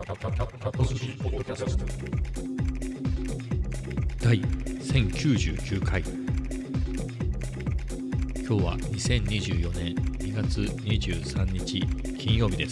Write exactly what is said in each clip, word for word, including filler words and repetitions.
だいせんきゅうじゅうきゅうかい。今日はにせんにじゅうよねんにがつにじゅうさんにち金曜日です。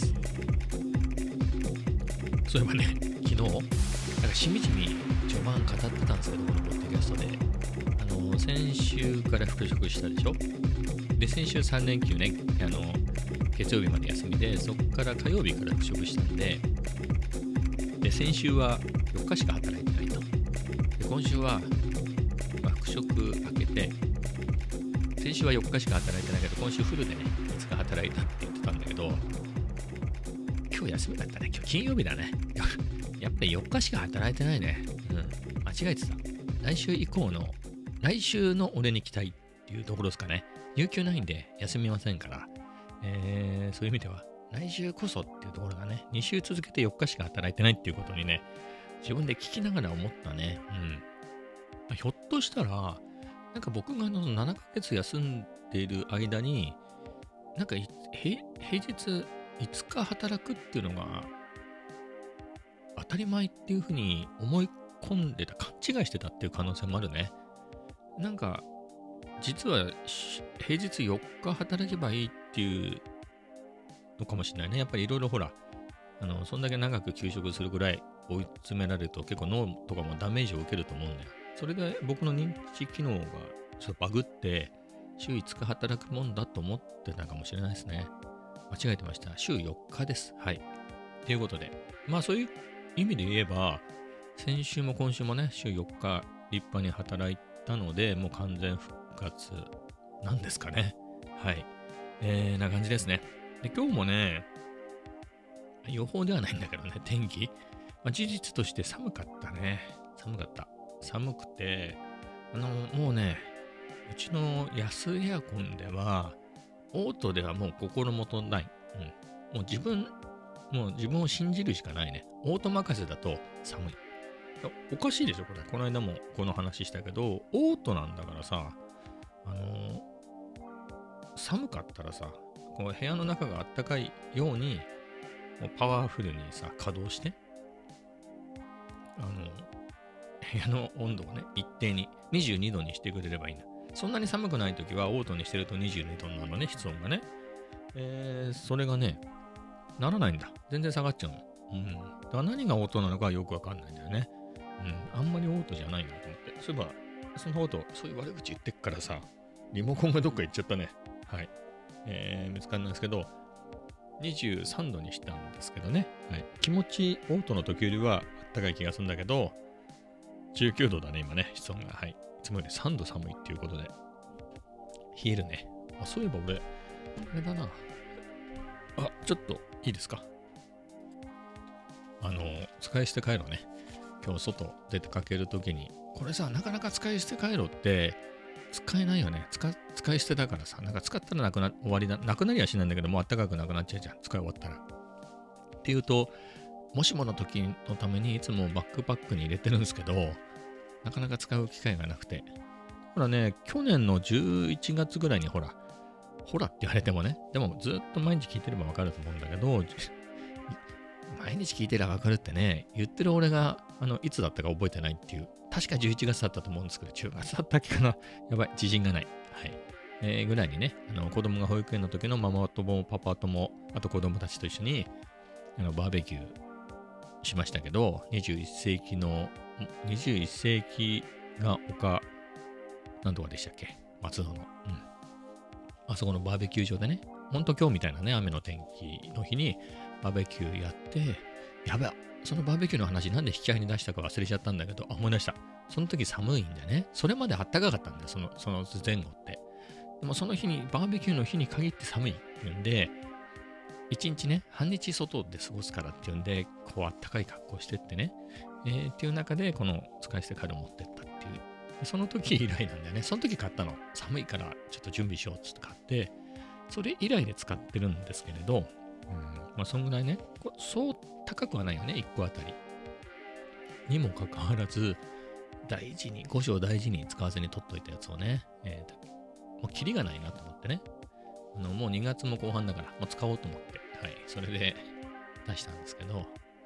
そういえばね、昨日なんかしみじみ序盤語ってたんですけど、このポッドキャストであの先週から復職したでしょ。で先週さんれんきゅうね、あの月曜日まで休みで、そこから火曜日から復職したんで、で先週はよっかしか働いてないと。で今週は、まあ、復職明けて、先週はよっかしか働いてないけど、今週フルでねみっつか働いたって言ってたんだけど、今日休みだったね。今日金曜日だね。やっぱりよっかしか働いてないね。うん、間違えてた。来週以降の来週の俺に期待っていうところですかね。有給ないんで休みませんから、えー、そういう意味では来週こそっていうところがね、に週続けてよっかしか働いてないっていうことにね、自分で聞きながら思ったね。うん。ひょっとしたら、なんか僕があのななかげつ休んでいる間に、なんか平日いつか働くっていうのが当たり前っていうふうに思い込んでた、勘違いしてたっていう可能性もあるね。なんか、実は平日よっか働けばいいっていうのかもしれないね。やっぱりいろいろほら、あの、そんだけ長く休職するぐらい追い詰められると結構脳とかもダメージを受けると思うんだよ。それで僕の認知機能がちょっとバグって、週いつか働くもんだと思ってたかもしれないですね。間違えてました。週よっかです。はい。ということで、まあそういう意味で言えば、先週も今週もね、週よっか立派に働いたので、もう完全復活なんですかね。はい。えー、な感じですね。で、今日もね、予報ではないんだけどね、天気。まあ、事実として寒かったね。寒かった。寒くて、あの、もうね、うちの安エアコンでは、オートではもう心もとない。うん。もう自分、もう自分を信じるしかないね。オート任せだと寒い。おかしいでしょ、これ。この間もこの話したけど、オートなんだからさ、あのー、寒かったらさ、こう部屋の中があったかいように、もうパワフルにさ、稼働して、あの、部屋の温度をね、一定ににじゅうにどにしてくれればいいんだ。そんなに寒くないときは、オートにしてるとにじゅうにどなのね、室温がね。えー、それがね、ならないんだ。全然下がっちゃうの。うん。だから何がオートなのかよくわかんないんだよね。うん。あんまりオートじゃないなと思って。そういえば、そのオート、そういう悪口言ってっからさ、リモコンがどっか行っちゃったね。はい。えー、見つかんないですけど、にじゅうさんどにしたんですけどね。はい。気持ち、オートの時よりはあったかい気がするんだけど、じゅうきゅうどだね、今ね、室温が。はい。いつもよりさんど寒いっていうことで。冷えるね。あ、そういえば俺、あれだな。あ、ちょっといいですか。あの、使い捨てカイロね。今日外出てかけるときに、これさ、なかなか使い捨てカイロって使えないよね。使使い捨てだからさ、なんか使ったらなくな終わりだ。なくなりはしないんだけど、もうあったかくなくなっちゃうじゃん。使い終わったら。っていうと、もしもの時のためにいつもバックパックに入れてるんですけど、なかなか使う機会がなくて。ほらね、去年のじゅういちがつぐらいにほら、ほらって言われてもね、でもずっと毎日聞いてればわかると思うんだけど、毎日聞いてればわかるってね、言ってる俺があのいつだったか覚えてないっていう、確かじゅういちがつだったと思うんですけど、じゅうがつだったっけかな。やばい、自信がない。はい。えー、ぐらいにね、あの子供が保育園の時のママ友、パパ友、あと子供たちと一緒にあのバーベキューしましたけど、にじゅういっせいきの、にじゅういっせいきが丘、なんとかでしたっけ、松戸の。うん。あそこのバーベキュー場でね、ほんと今日みたいなね、雨の天気の日にバーベキューやって、やべ、そのバーベキューの話なんで引き合いに出したか忘れちゃったんだけど、あ、思い出した。その時寒いんでね、それまであったかかったんだよ、その、その前後って。でもその日に、バーベキューの日に限って寒いっていうんで、一日ね、半日外で過ごすからっていうんで、こうあったかい格好してってね、えー、っていう中で、この使い捨てカイロ持ってったっていう。その時以来なんだよね。その時買ったの。寒いからちょっと準備しようっつって買って、それ以来で使ってるんですけれど、うん、まあそんぐらいね、そう高くはないよね、いっこあたり。にもかかわらず、大事に、五章大事に使わずに取っといたやつをね、えー、もうキリがないなと思ってね。あのもうにがつも後半だから、もう使おうと思って、はい、それで出したんですけど、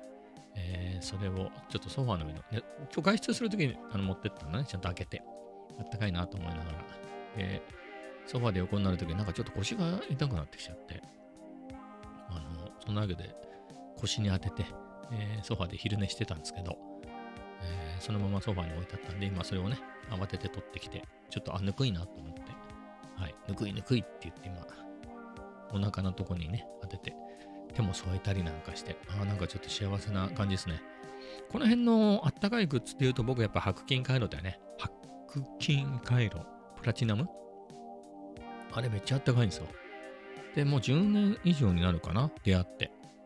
えーそれをちょっとソファーの上の、ね、今日外出するときにあの持ってったのね、ちゃんと開けて。あったかいなと思いながら。で、ソファーで横になるときなんかちょっと腰が痛くなってきちゃって、あの、そんなわけで腰に当てて、えーソファーで昼寝してたんですけど、えーそのままソファーに置いてあったんで、今それをね、慌てて取ってきて、ちょっと、あ、ぬくいなと思って、はい、ぬくいぬくいって言って今、お腹のとこにね、当てて、手も添えたりなんかして、あーなんかちょっと幸せな感じですね。この辺のあったかいグッズっていうと、僕やっぱ白金回路だよね。白金回路、プラチナムあれめっちゃあったかいんですよ。で、もうじゅうねん以上になるかな、出会って。うん。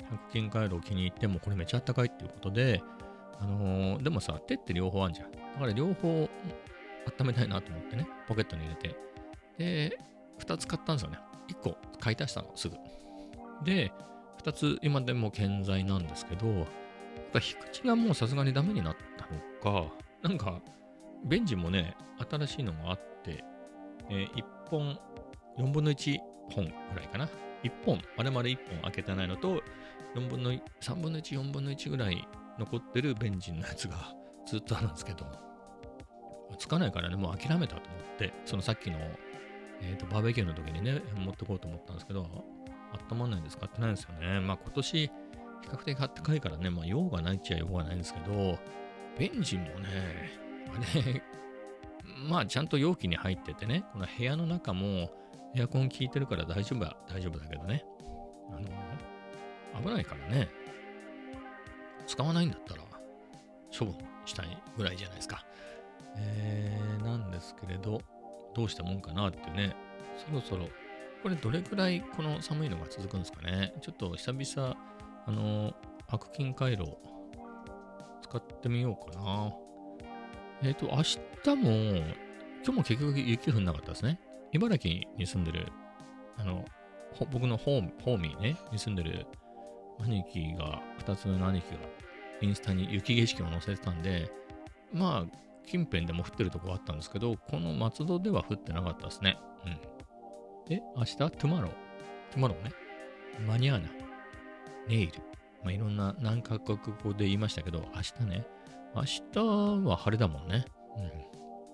白金回路を気に入っても、これめっちゃあったかいっていうことで、あのーでもさ、手って両方あるじゃん。だから両方うん温めたいなと思ってね、ポケットに入れて。で、ふたつ買ったんですよね。いっこ買い足したの、すぐ。で、ふたつ今でも健在なんですけど、やっぱ引く口がもうさすがにダメになったのか、なんか、ベンジもね、新しいのがあって、えーいっぽん、よんぶんのいち本ぐらいかな。いっぽん、丸々いっぽん開けてないのと、よんぶんのさんぶんのいち、よんぶんのいちぐらい残ってるベンジンのやつがずっとあるんですけど、つかないからね、もう諦めたと思って、そのさっきの、えーとバーベキューの時にね、持ってこうと思ったんですけど、温まんないんで使ってないんですよね。まあ今年、比較的暖かいからね、まあ用がないっちゃ用がないんですけど、ベンジンもね、あれ、まあちゃんと容器に入っててね、この部屋の中もエアコン効いてるから大丈夫は大丈夫だけどね、あの、危ないからね、使わないんだったら処分したいぐらいじゃないですか。えー、なんですけれど、どうしたもんかなってね、そろそろ、これどれくらいこの寒いのが続くんですかね。ちょっと久々、あの、白金回路使ってみようかな。えっ、と、明日も、今日も結局雪降んなかったですね。茨城に住んでる、あの、ほ僕のホーム、ホーミーね、に住んでる兄貴が、二つの兄貴が、インスタに雪景色を載せてたんで、まあ、近辺でも降ってるとこあったんですけど、この松戸では降ってなかったですね。うん。で、明日、トゥマロー。トゥマローね。マニャーナ。ネイル。まあ、いろんな何カ国語で言いましたけど、明日ね。明日は晴れだもんね。うん。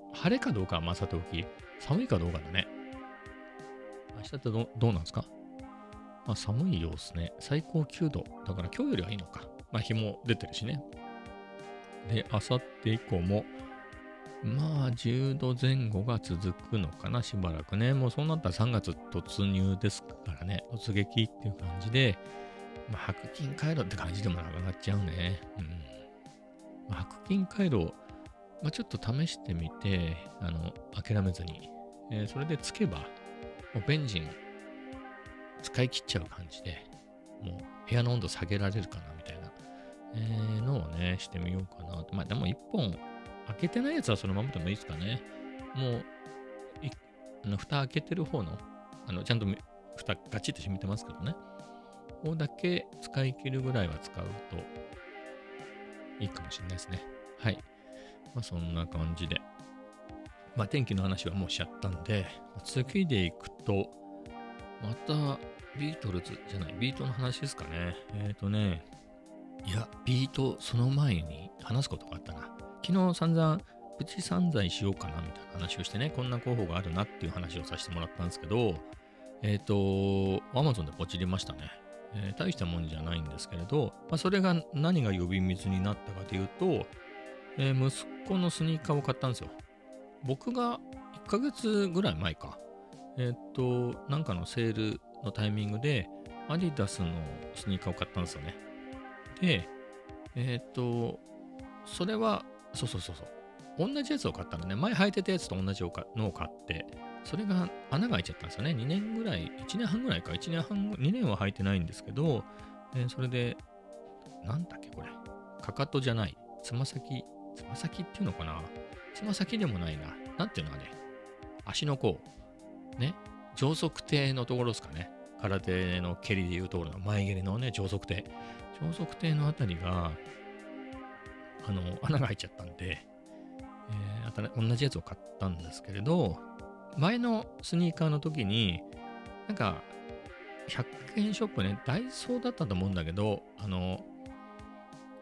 晴れかどうかはまさておき、寒いかどうかだね。明日ってどどうなんですか？まあ、寒い様子ね。最高きゅうど。だから今日よりはいいのか。まあ日も出てるしね。で、明後日以降も、まあじゅうどぜん後が続くのかな、しばらくね。もうそうなったらさんがつ突入ですからね。突撃っていう感じで、まあ白金回路って感じでもなくなっちゃうね。うん。まあ、白金回路、まあ、ちょっと試してみて、あの、諦めずに、えーそれでつけば、もうベンジン使い切っちゃう感じで、もう部屋の温度下げられるかなみたいな、えーのをね、してみようかなと。まあでもいっぽん開けてないやつはそのままでもいいですかね。もう、いあの蓋開けてる方の、あの、ちゃんと蓋ガチッと閉めてますけどね。ここだけ使い切るぐらいは使うといいかもしれないですね。はい。まあそんな感じで。まあ天気の話はもうしちゃったんで、次でいくと、またビートルズじゃない、ビートの話ですかね。えっ、ー、とね、いや、ビートその前に話すことがあったな。昨日散々、プチ散財しようかなみたいな話をしてね、こんな候補があるなっていう話をさせてもらったんですけど、えっ、ー、と、Amazon でポチりましたね。えー、大したもんじゃないんですけれど、まあ、それが何が呼び水になったかというと、えー、息子のスニーカーを買ったんですよ。僕がいっかげつぐらい前か。えっ、ー、と、なんかのセールのタイミングで、アディダスのスニーカーを買ったんですよね。で、えっ、ー、と、それは、そうそうそうそう。同じやつを買ったのね。前履いてたやつと同じのを買って、それが穴が開いちゃったんですよね。にねんぐらい、いちねんはんぐらいか。いちねんはん、にねんは履いてないんですけど、えーそれで、なんだっけこれ。かかとじゃない。つま先、つま先っていうのかな。つま先でもないな。なんていうのあれ。足の甲。ね。上足底のところですかね。空手の蹴りでいうところの前蹴りのね、上足底。上足底のあたりが、あの、穴が開いちゃったんで、えー、同じやつを買ったんですけれど、前のスニーカーの時に、なんか、ひゃくえんショップね、ダイソーだったと思うんだけど、あの、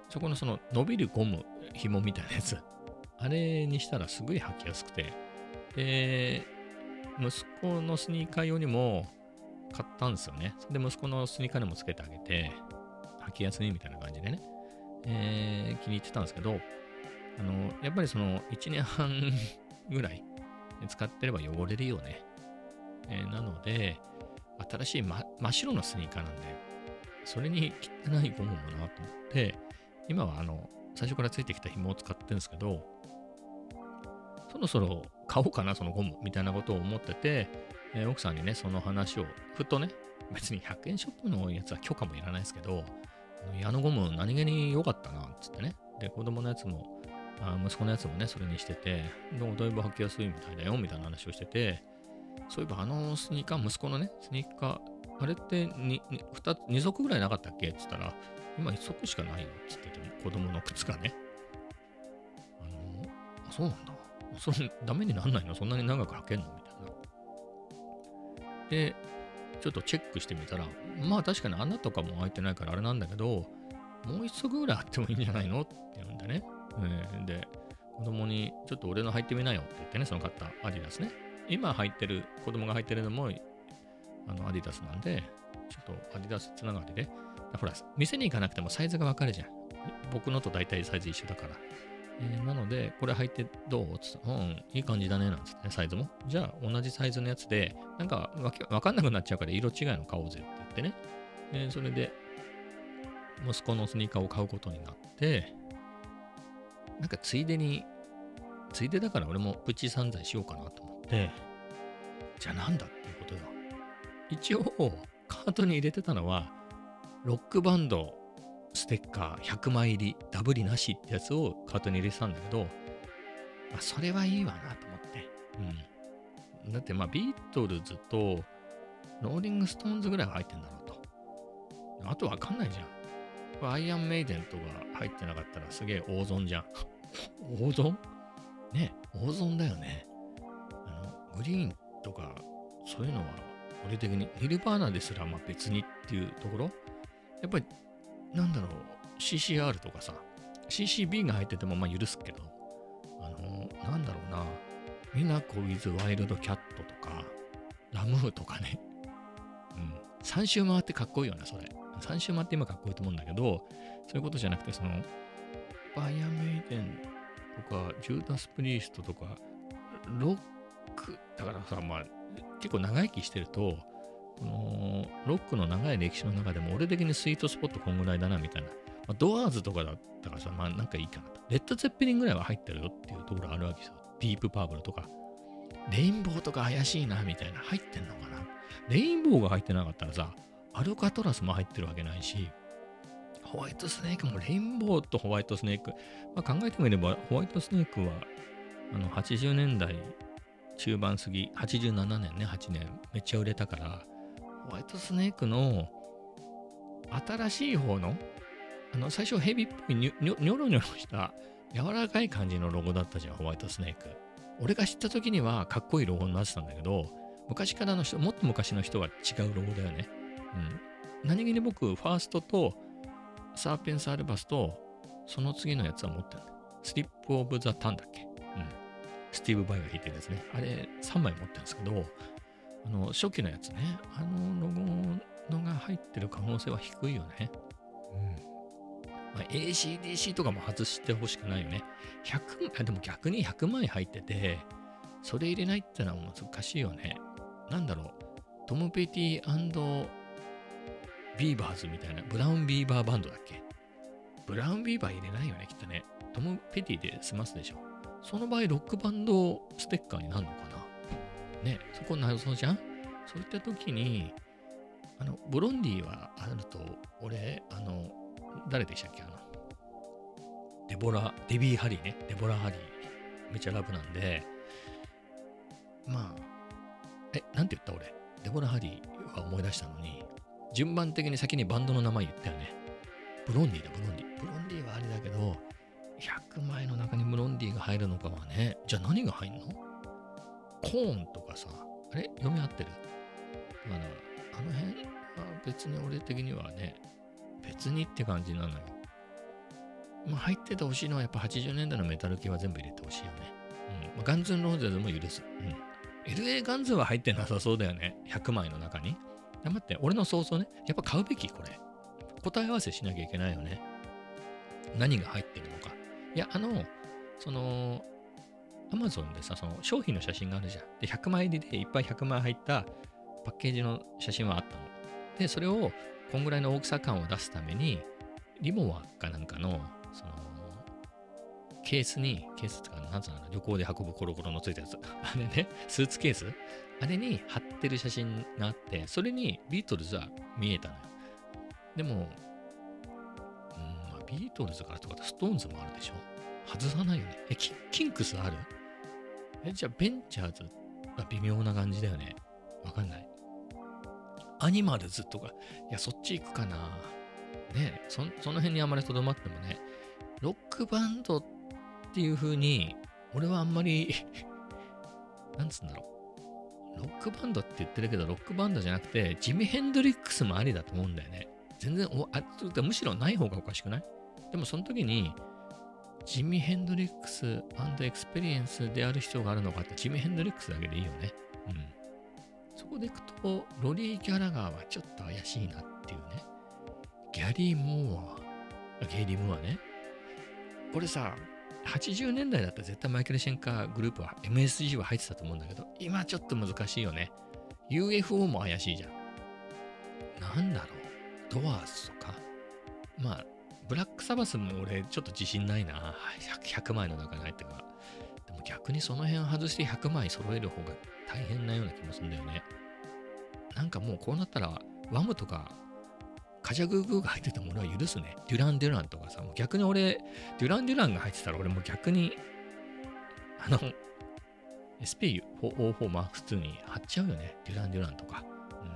そこのその伸びるゴム、紐みたいなやつ、あれにしたらすごい履きやすくて、で、息子のスニーカー用にも買ったんですよね。で、息子のスニーカーにもつけてあげて、履きやすいみたいな感じでね、えー、気に入ってたんですけど、あの、やっぱりそのいちねんはんぐらい使ってれば汚れるよね。えー、なので、新しい、ま、真っ白のスニーカーなんで、それに汚いゴムもなと思って、今はあの、最初からついてきた紐を使ってるんですけど、そろそろ買おうかな、そのゴム、みたいなことを思ってて、えー、奥さんにね、その話を、ふとね、別にひゃくえんショップのやつは許可もいらないですけど、いやあのゴム何気に良かったな、つってね。で、子供のやつも、あ息子のやつもね、それにしてて、でもだいぶ履きやすいみたいだよ、みたいな話をしてて、そういえばあのスニーカー、息子のね、スニーカー、あれってににに足ぐらいなかったっけって言ったら、今いっ足しかないよって言ってて、子供の靴がね。あの、あ、そうなんだ。それダメになんないの？そんなに長く履けんのみたいな。で、ちょっとチェックしてみたら、まあ確かに穴とかも開いてないからあれなんだけど、もう一足ぐらいあってもいいんじゃないのって言うんだね。えー、で、子供にちょっと俺の履いてみなよって言ってね、その買ったアディダスね。今履いてる、子供が履いてるのもあのアディダスなんで、ちょっとアディダスつながりで、ほら、店に行かなくてもサイズがわかるじゃん。僕のと大体サイズ一緒だから。えー、なので、これ履いてどうつって、うん、いい感じだね、なんつってね、サイズも。じゃあ、同じサイズのやつで、なんかわけわかんなくなっちゃうから色違いの買おうぜって言ってね。えー、それで、息子のスニーカーを買うことになって、なんかついでに、ついでだから俺もプチ散財しようかなと思って、じゃあなんだっていうことよ。一応、カートに入れてたのは、ロックバンドステッカーひゃくまい入り、ダブりなしってやつをカートに入れてたんだけど、まあ、それはいいわなと思って。うん。だってまあ、ビートルズとローリングストーンズぐらいは入ってんだろうと。あとわかんないじゃん。これアイアンメイデンとか入ってなかったらすげえ大損じゃん。大損ね、大損だよね。あの、グリーンとか、そういうのは、俺的に、ニルバーナですらまあ別にっていうところ、やっぱり、なんだろう、シーシーアール とかさ、シーシービー が入っててもまあ許すけど、あの、なんだろうな、ミナコ・ウィズ・ワイルド・キャットとか、ラムーとかね、うん、さん周回ってかっこいいよね、それ。さん周回って今かっこいいと思うんだけど、そういうことじゃなくて、その、バイアンメイデンとか、ジューダス・プリーストとか、ロック、だからさ、まあ、結構長生きしてると、このロックの長い歴史の中でも俺的にスイートスポットこんぐらいだなみたいな。まあ、ドアーズとかだったからさ、まあなんかいいかなと。レッド・ゼッペリンぐらいは入ってるよっていうところあるわけですよ。ディープ・パーブルとか。レインボーとか怪しいなみたいな。入ってんのかな。レインボーが入ってなかったらさ、アルカトラスも入ってるわけないし、ホワイトスネークもレインボーとホワイトスネーク。まあ、考えてみれば、ホワイトスネークはあのはちじゅうねんだい中盤過ぎ、はちじゅうななねんね、はちねん、めっちゃ売れたから、ホワイトスネークの新しい方の、あの、最初ヘビっぽいニョニョニョロニョロした柔らかい感じのロゴだったじゃん、ホワイトスネーク。俺が知った時にはかっこいいロゴになってたんだけど、昔からの人、もっと昔の人は違うロゴだよね。うん。何気に僕、ファーストとサーペンスアルバスと、その次のやつは持ってる。スリップオブザタンだっけ。うん。スティーブ・バイが弾いてるやつね。あれ、さんまい持ってるんですけど、あの、初期のやつね。あのロゴのが入ってる可能性は低いよね。うん。まあ、エーシーディーシー とかも外してほしくないよね。ひゃく、あ、でも逆にひゃくまい入ってて、それ入れないってのは難しいよね。なんだろう。トム・ペティビーバーズみたいな、ブラウンビーバーバンドだっけ。ブラウンビーバー入れないよね、きっとね。トム・ペティで済ますでしょ。その場合、ロックバンドステッカーになるのかな。ね、そこ謎じゃん。そういった時に、あの、ブロンディはあると、俺、あの、誰でしたっけ、あの、デボラ、デビー・ハリーね。デボラ・ハリー。めっちゃラブなんで、まあ、え、なんて言った俺。デボラ・ハリーは思い出したのに、順番的に先にバンドの名前言ったよね。ブロンディだ、ブロンディ。ブロンディはあれだけど、ひゃくまいの中にブロンディが入るのかはね。じゃあ何が入んの？コーンとかさ、あれ読み合ってる？だから、あの辺は別に俺的にはね、別にって感じなのよ。 まあ、入っててほしいのはやっぱはちじゅうねんだいのメタル系は全部入れてほしいよね。うん。まあ、ガンズンローゼズも許す。うん。エルエー ガンズは入ってなさそうだよね。ひゃくまいの中に。待って、俺の想像ね。やっぱ買うべきこれ。答え合わせしなきゃいけないよね。何が入ってるのか。いや、あの、その、アマゾンでさ、その商品の写真があるじゃん。で、ひゃくまい入りでいっぱいひゃくまい入ったパッケージの写真はあったの。で、それをこんぐらいの大きさ感を出すために、リモワかなんかの、その、ケースに、ケースとか、なんつうの、旅行で運ぶコロコロのついたやつ。あれね、スーツケースあれに貼ってる写真があって、それにビートルズは見えたのよ。でも、うん、まあ、ビートルズからとかストーンズもあるでしょ。外さないよね。え、キキンクスある？え、じゃあベンチャーズは微妙な感じだよね。わかんない。アニマルズとか、いや、そっち行くかな。ねそ、その辺にあまりとどまってもね、ロックバンドっていう風に、俺はあんまり、なんつうんだろう。ロックバンドって言ってるけど、ロックバンドじゃなくて、ジミ・ヘンドリックスもありだと思うんだよね。全然おあ、むしろない方がおかしくない？でもその時に、ジミ・ヘンドリックス&エクスペリエンスである必要があるのかって、ジミ・ヘンドリックスだけでいいよね。うん。そこでいくと、ロリー・ギャラガーはちょっと怪しいなっていうね。ギャリー・モア、ゲイリー・ムーアね。これさ、はちじゅうねんだいだったら絶対マイケル・シェンカーグループは エムエスジー は入ってたと思うんだけど、今ちょっと難しいよね。ユーエフオー も怪しいじゃん。なんだろう。ドアーズとか。まあ、ブラックサバスも俺ちょっと自信ないな。ひゃくまいの中に入ってから。でも逆にその辺外してひゃくまい揃える方が大変なような気もするんだよね。なんかもうこうなったら、ワムとか、カジャグーグーが入ってても俺は許すね。デュラン・デュランとかさ、もう逆に俺、デュラン・デュランが入ってたら俺も逆に、あの、エスピーフォーオーフォー マークツー に貼っちゃうよね。デュラン・デュランとか。うん。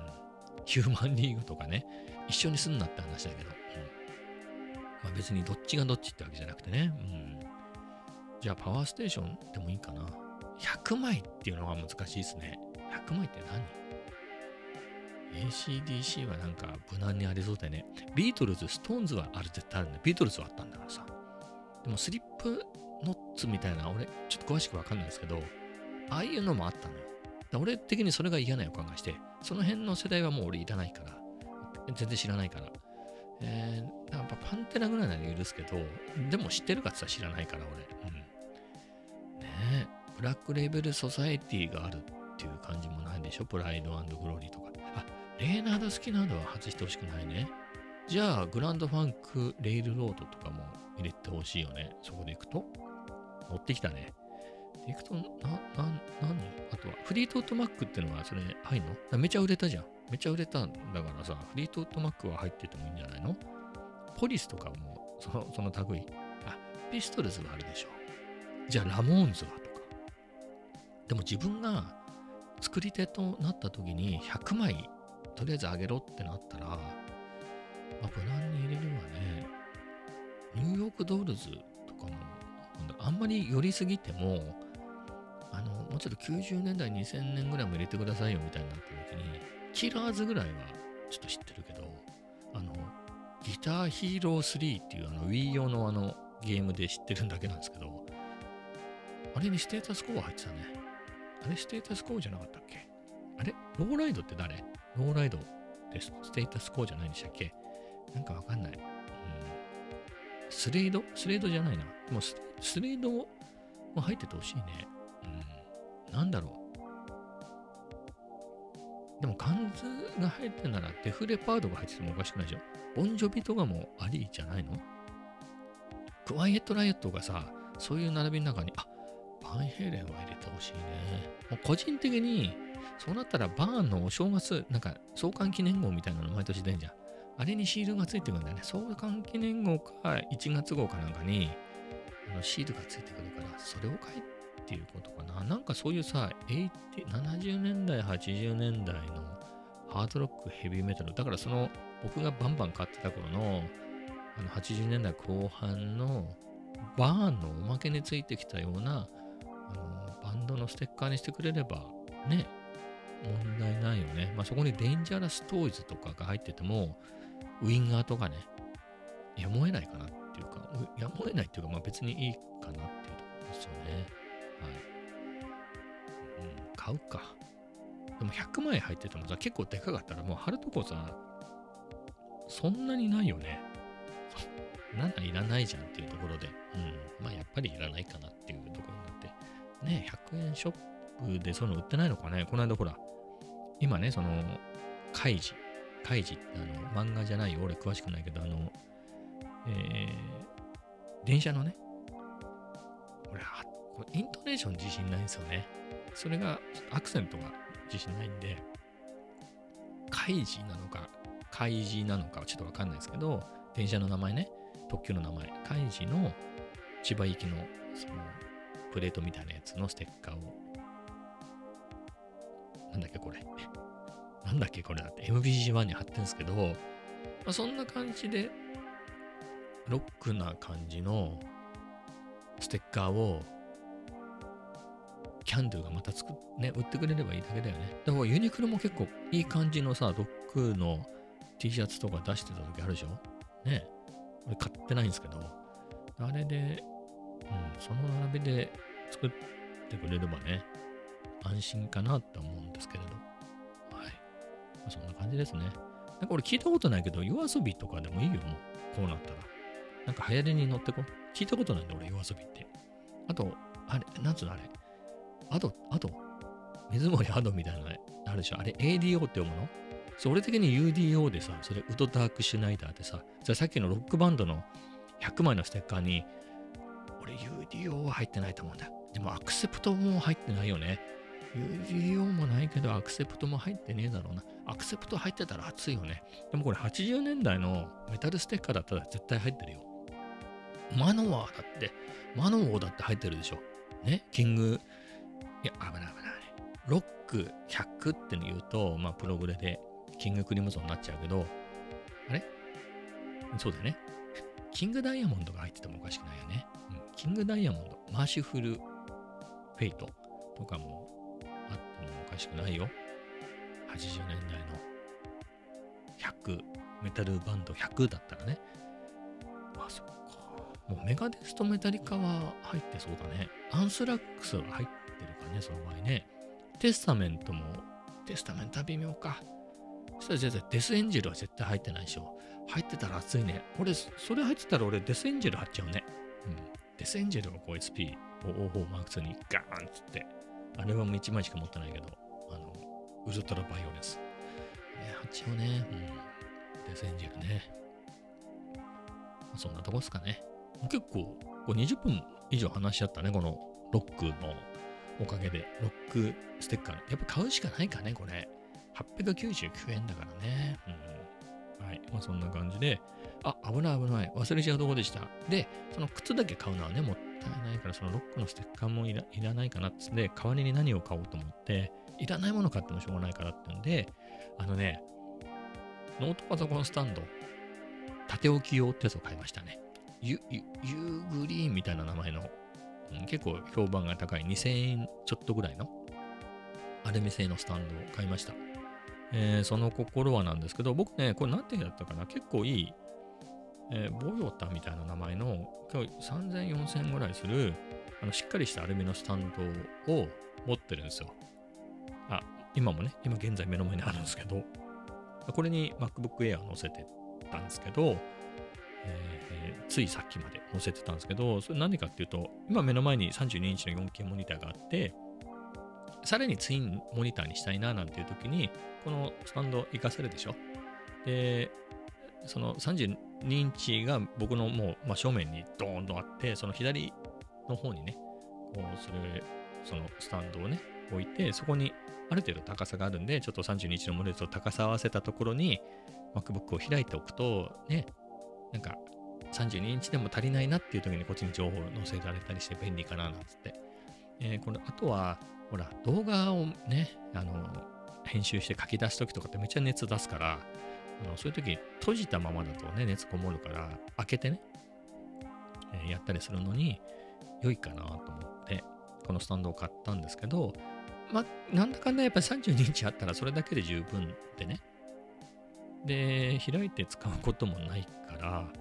ヒューマンリーグとかね。一緒にすんなって話だけど。うん。まあ別にどっちがどっちってわけじゃなくてね。うん。じゃあパワーステーションでもいいかな。ひゃくまいっていうのが難しいですね。ひゃくまいって何？ エーシーディーシー はなんか無難にありそうだよね。ビートルズ、ストーンズはある絶対あるんだ。ビートルズはあったんだからさ。でもスリップノッツみたいな、俺ちょっと詳しくわかんないですけど、ああいうのもあったのよ。だ俺的にそれが嫌な予感がして、その辺の世代はもう俺いらないから、全然知らないから。えー、やっぱパンテラぐらいなら許すけど、でも知ってるかって言ったら知らないから俺。うん。ねえ、ブラックレーベルソサエティがあるっていう感じもないでしょ。プライド&グローリーとか。あ、レーナード・スキナードは外してほしくないね。じゃあ、グランドファンク・レイルロードとかも入れてほしいよね。そこで行くと。乗ってきたね。で行くと、な、な、何あとは、フリートウッドマックってのはそれ入んの？めちゃ売れたじゃん。めちゃ売れたんだからさ、フリートウッドマックは入っててもいいんじゃないの？ポリスとかも、その、その類。あ、ピストルズがあるでしょ。じゃあ、ラモーンズはとか。でも自分が作り手となった時にひゃくまいとりあえずあげろってなったら、まあ、無難に入れるわね。ニューヨークドールズとかも、あんまり寄りすぎても、あの、もうちょっときゅうじゅうねんだい、にせんねんぐらいも入れてくださいよみたいになった時に、キラーズぐらいはちょっと知ってるけど、あの、ギターヒーロースリーっていうあの Wii 用のあのゲームで知ってるだけなんですけど、あれにステータスコア入ってたね。あれステータスコアじゃなかったっけ？あれローライドって誰？ローライドってステータスコアじゃないんでしたっけ？なんかわかんない。うん、スレードスレードじゃないな。でもス、スレードも入っててほしいね。うん。なんだろう。でも、ガンズが入ってんなら、デフレパードが入っててもおかしくないでしょ。ボンジョビとかもありじゃないの？クワイエットライオットがさ、そういう並びの中に、あ、バンヘイレンは入れてほしいね。もう個人的に、そうなったらバーンのお正月、なんか創刊記念号みたいなの毎年出んじゃん。あれにシールがついてくるんだよね。創刊記念号かいちがつ号かなんかにあのシールがついてくるから、それを買えっていうことかな。なんかそういうさ、ななじゅうねんだい、はちじゅうねんだいのハードロック、ヘビーメタル。だからその僕がバンバン買ってた頃のあのはちじゅうねんだいこう半のバーンのおまけについてきたようなあのバンドのステッカーにしてくれればね、問題ないよね。まあそこにデンジャラストーイズとかが入ってても、ウィンガーとかね、やむを得ないかなっていうっていうか、やむを得ないっていうか、まあ別にいいかなっていうところですよね。はい。うん、買うか。でもひゃくまい入っててもさ、結構でかかったらもう貼るとこさ、そんなにないよね。なないらないじゃんっていうところで、うん、まあやっぱりいらないかなっていうところになって、ね、ひゃくえんショップでそういうの売ってないのかね。この間ほら、今ね、その、カイジ、カイジってあの、漫画じゃないよ、俺詳しくないけど、あの、えー、電車のね、俺は、これイントネーション自信ないんですよね。それが、ちょっとアクセントが自信ないんで、カイジなのか、カイジなのかはちょっとわかんないですけど、電車の名前ね、特急の名前、カイジの千葉行きのそのプレートみたいなやつのステッカーを、なんだっけこれ、なんだっけこれだって エムビージーワン に貼ってるんですけど、まあ、そんな感じでロックな感じのステッカーをキャンドゥがまた作っね、売ってくれればいいだけだよね。だからユニクロも結構いい感じのさ、ロックの T シャツとか出してた時あるでしょね。俺買ってないんですけど、あれで、うん、その並びで作ってくれればね、安心かなって思うんですけれど。はい。まあ、そんな感じですね。なんか俺聞いたことないけど、夜遊びとかでもいいよ、もう。こうなったら。なんか流行りに乗ってこう。聞いたことないんだ、俺、夜遊びって。あと、あれ、なんつうのあれ。アド、アド水森アドみたいなのあるでしょあれ エーディーオー って読むの？それ的に ユーディーオー でさ、それウドダークシュナイダーでさ、じゃあさっきのロックバンドのひゃくまいのステッカーに、俺 ユーディーオー は入ってないと思うんだ。でもアクセプトも入ってないよね。ユーディーオー もないけどアクセプトも入ってねえだろうな。アクセプト入ってたら熱いよね。でもこれはちじゅうねんだいのメタルステッカーだったら絶対入ってるよ。マノワーだって、マノウォーだって入ってるでしょ。ね、キング、いや、危ない危ない。ロックひゃくって言うと、まあ、プログレでキングクリムゾンになっちゃうけど、あれそうだよね。キングダイヤモンドが入っててもおかしくないよね。うん、キングダイヤモンド、マーシフルフェイトとかもあってもおかしくないよ。はちじゅうねんだいのひゃく、メタルバンドひゃくだったらね。あ、そっか。もうメガデスとメタリカは入ってそうだね。アンスラックスは入ってるかね、その場合ね。テスタメントも、テスタメントは微妙か。そしたら絶対デスエンジェルは絶対入ってないでしょ。入ってたら熱いね。俺、それ入ってたら俺デスエンジェル貼っちゃうね。うん。デスエンジェルをこう エスピー、オーフォー マークツーにガーンっつって。あれはもういちまいしか持ってないけど、あの、ウルトラバイオレス。ね、貼っちゃうね。うん。デスエンジェルね。そんなとこっすかね。結構、こうにじゅっぷん以上話し合ったね、このロックのおかげで、ロックステッカー。やっぱ買うしかないかね、これ。はっぴゃくきゅうじゅうきゅうえんだからね。うん、はい。まあそんな感じで、あ、危ない危ない。忘れちゃうとこでした。で、その靴だけ買うのはね、もったいないから、そのロックのステッカーもいらいらないかなっつって、代わりに何を買おうと思って、いらないもの買ってもしょうがないからってんで、あのね、ノートパソコンスタンド、縦置き用ってやつを買いましたね。ユ、ユ、ユーグリーンみたいな名前の、うん、結構評判が高いにせんえんちょっとぐらいのアルミ製のスタンドを買いました。えー、その心はなんですけど、僕ね、これ何点だったかな結構いい、えー、ボヨタみたいな名前の、今日さんぜん、よんせんえんぐらいする、あのしっかりしたアルミのスタンドを持ってるんですよ。あ、今もね、今現在目の前にあるんですけど、これに MacBook Air 載せてたんですけど、えー、ついさっきまで載せてたんですけど、それ何かっていうと、今目の前にさんじゅうにインチの よんケー モニターがあって、さらにツインモニターにしたいななんていう時に、このスタンド活かせるでしょ。で、そのさんじゅうにインチが僕のもう真正面にドーンとあって、その左の方にね、こう、それ、そのスタンドをね、置いて、そこにある程度高さがあるんで、ちょっとさんじゅうにインチのモニターと高さ合わせたところに、MacBook を開いておくと、ね、なんかさんじゅうにインチでも足りないなっていう時にこっちに情報を載せられたりして便利かななんつって。えー、これ、あとは、ほら、動画をね、あの、編集して書き出すときとかってめっちゃ熱出すから、あのそういうとき閉じたままだとね、熱こもるから、開けてね、えー、やったりするのに良いかなと思って、このスタンドを買ったんですけど、まあ、なんだかんだやっぱりさんじゅうにインチあったらそれだけで十分でね。で、開いて使うこともないから、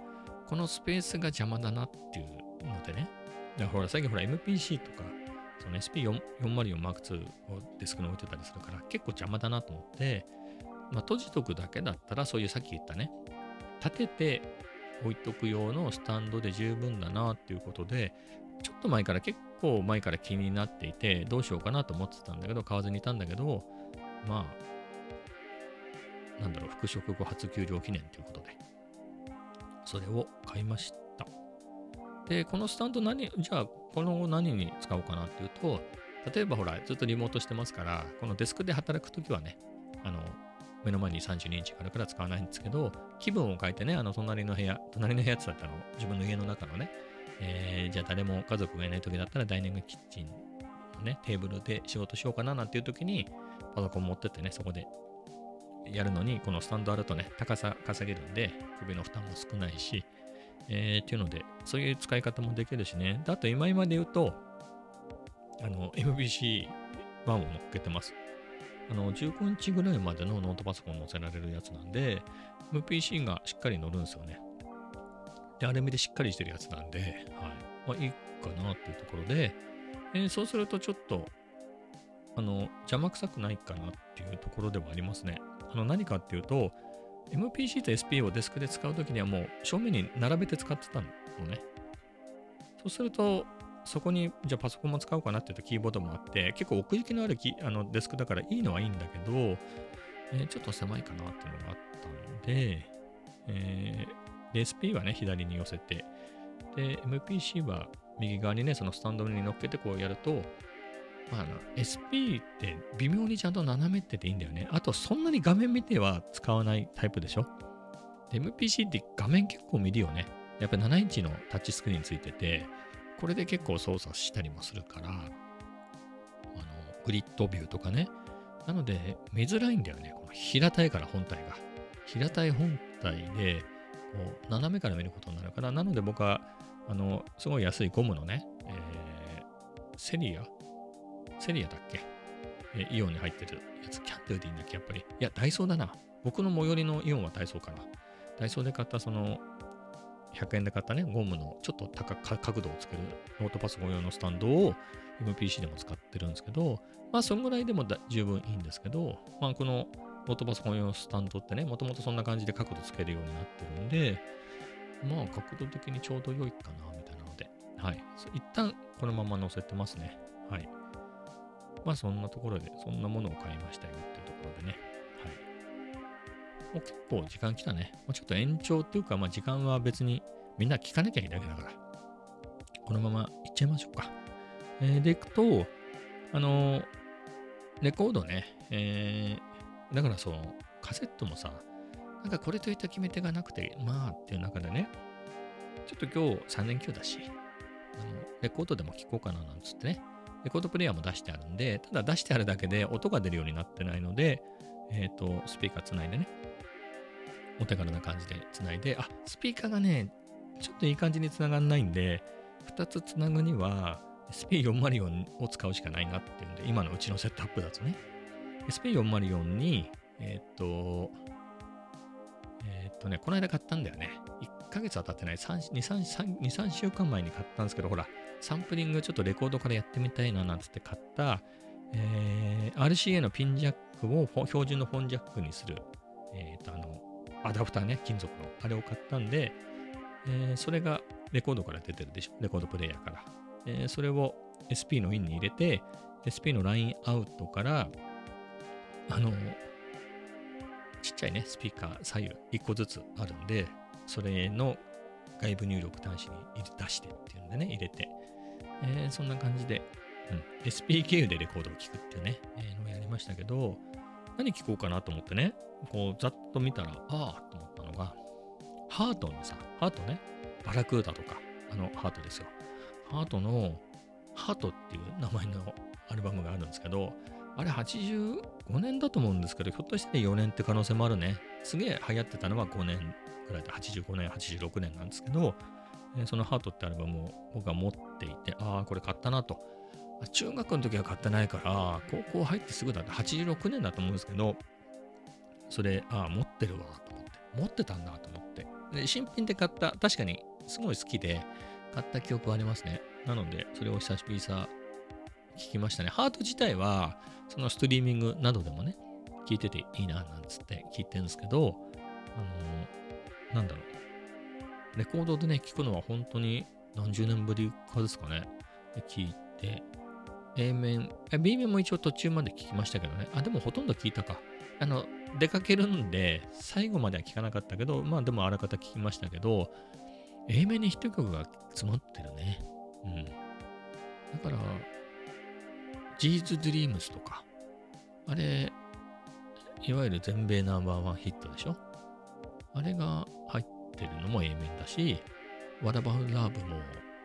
このスペースが邪魔だなっていうのでね。だからほら、最近ほら エムピーシー とか、その エスピーよんまるよんマークツー をデスクに置いてたりするから、結構邪魔だなと思って、まあ、閉じとくだけだったら、そういうさっき言ったね、立てて置いとく用のスタンドで十分だなっていうことで、ちょっと前から結構前から気になっていて、どうしようかなと思ってたんだけど、買わずにいたんだけど、まあ、なんだろう、復職後初給料記念ということで、それを買いました。で、このスタンド何、じゃあ、この何に使おうかなっていうと、例えばほら、ずっとリモートしてますから、このデスクで働くときはね、あの、目の前にさんじゅうにインチがあるから使わないんですけど、気分を変えてね、あの、隣の部屋、隣の部屋って言ったら、自分の家の中のね、えー、じゃあ誰も家族がいないときだったら、ダイニングキッチンのね、テーブルで仕事しようかななんていうときに、パソコン持ってってね、そこでやるのに、このスタンドあるとね、高さ稼げるんで、首の負担も少ないし、えー、っていうので、そういう使い方もできるしね。であと、今今で言うと、あの、エムピーシーワン を乗っけてます。あの、じゅうごインチぐらいまでのノートパソコン載せられるやつなんで、エムピーシー がしっかり乗るんですよね。で、アルミでしっかりしてるやつなんで、はい。まあ、いいかなっていうところで、えー、そうするとちょっと、あの、邪魔くさくないかなっていうところではありますね。あの、何かっていうと、エムピーシー と エスピー をデスクで使うときにはもう正面に並べて使ってたのね。そうすると、そこに、じゃあパソコンも使おうかなって言うとキーボードもあって、結構奥行きのあるキあのデスクだからいいのはいいんだけど、えー、ちょっと狭いかなっていうのがあったんで、えー、エスピー はね、左に寄せて、で、エムピーシー は右側にね、そのスタンドに乗っけてこうやると、まあ、あの エスピー って微妙にちゃんと斜めってていいんだよね。あと、そんなに画面見ては使わないタイプでしょ。で エムピーシー って画面結構見るよね。やっぱりななインチのタッチスクリーンついてて、これで結構操作したりもするから、あの、グリッドビューとかね。なので、見づらいんだよね。この平たいから本体が。平たい本体で、こう、斜めから見ることになるから、なので僕は、あの、すごい安いゴムのね、えー、セリアセリアだっけ、えー、イオンに入ってるやつ、キャンドゥでいいんだっけ、やっぱり。いや、ダイソーだな。僕の最寄りのイオンはダイソーかな。ダイソーで買ったその、ひゃくえんで買ったね、ゴムのちょっと高角度をつけるノートパソコン用のスタンドを エムピーシー でも使ってるんですけど、まあ、そんぐらいでも十分いいんですけど、まあ、このノートパソコン用のスタンドってね、もともとそんな感じで角度つけるようになってるんで、まあ、角度的にちょうど良いかな、みたいなので、はい。一旦このまま載せてますね。はい。まあ、そんなところで、そんなものを買いましたよっていうところでね。はい。もう結構時間来たね。もうちょっと延長っていうか、まあ時間は別にみんな聞かなきゃいけないだけだから、このままいっちゃいましょうか。えー、でいくと、あのー、レコードね、えー、だからそのカセットもさ、なんかこれといった決め手がなくて、まあっていう中でね、ちょっと今日さん連休だし、あのレコードでも聴こうかななんつってね、レコードプレイヤーも出してあるんで、ただ出してあるだけで音が出るようになってないので、えっと、スピーカーつないでね、お手軽な感じでつないで、あ、スピーカーがね、ちょっといい感じにつながんないんで、ふたつつなぐには エスピーよんまるよん を使うしかないなっていうんで、今のうちのセットアップだとね、エスピーよんまるよん に、えっと、えっとね、この間買ったんだよね。いっかげつは経ってない、に、さん、に、さんしゅうかんまえに買ったんですけど、ほら、サンプリングちょっとレコードからやってみたいななんつって買った、えー、アールシーエー のピンジャックを標準のフォンジャックにする、えっと、あの、アダプターね、金属の。あれを買ったんで、えー、それがレコードから出てるでしょ。レコードプレイヤーから。えー、それを エスピー のインに入れて、エスピー のラインアウトから、あの、ちっちゃいね、スピーカー左右いっこずつあるんで、それの外部入力端子に出してっていうんでね、入れて、えー、そんな感じで、うん、エスピー 経由でレコードを聞くっていうね、えー、のをやりましたけど、何聞こうかなと思ってね、こうざっと見たら、ああと思ったのが、ハートのさ、ハートね、バラクータとか、あのハートですよ。ハートの、ハートっていう名前のアルバムがあるんですけど、あれはちじゅうごねんだと思うんですけど、ひょっとしてよねんって可能性もあるね。すげえ流行ってたのはごねんぐらいで、はちじゅうごねん、はちじゅうろくねんなんですけど、えー、そのハートってアルバムを僕は持っていて、ああ、これ買ったなと。中学の時は買ってないから、高校入ってすぐだってはちじゅうろくねんだと思うんですけど、それ、ああ、持ってるわと思って、持ってたんだと思って。 で新品で買った、確かにすごい好きで買った記憶はありますね。なので、それを久しぶりさ聞きましたね。ハート自体は、そのストリーミングなどでもね、聞いてていいな、なんつって聞いてるんですけど、あのー、なんだろう。レコードでね、聞くのは本当に何十年ぶりかですかね。で聞いて、A 面、B 面も一応途中まで聞きましたけどね。あ、でもほとんど聞いたか。あの、出かけるんで、最後までは聞かなかったけど、まあでもあらかた聞きましたけど、A 面にヒット曲が詰まってるね。うん。だから、ジーズ・ドリームスとか、あれ、いわゆる全米ナンバーワンヒットでしょ。あれが入ってるのも A 面だし、What About Love も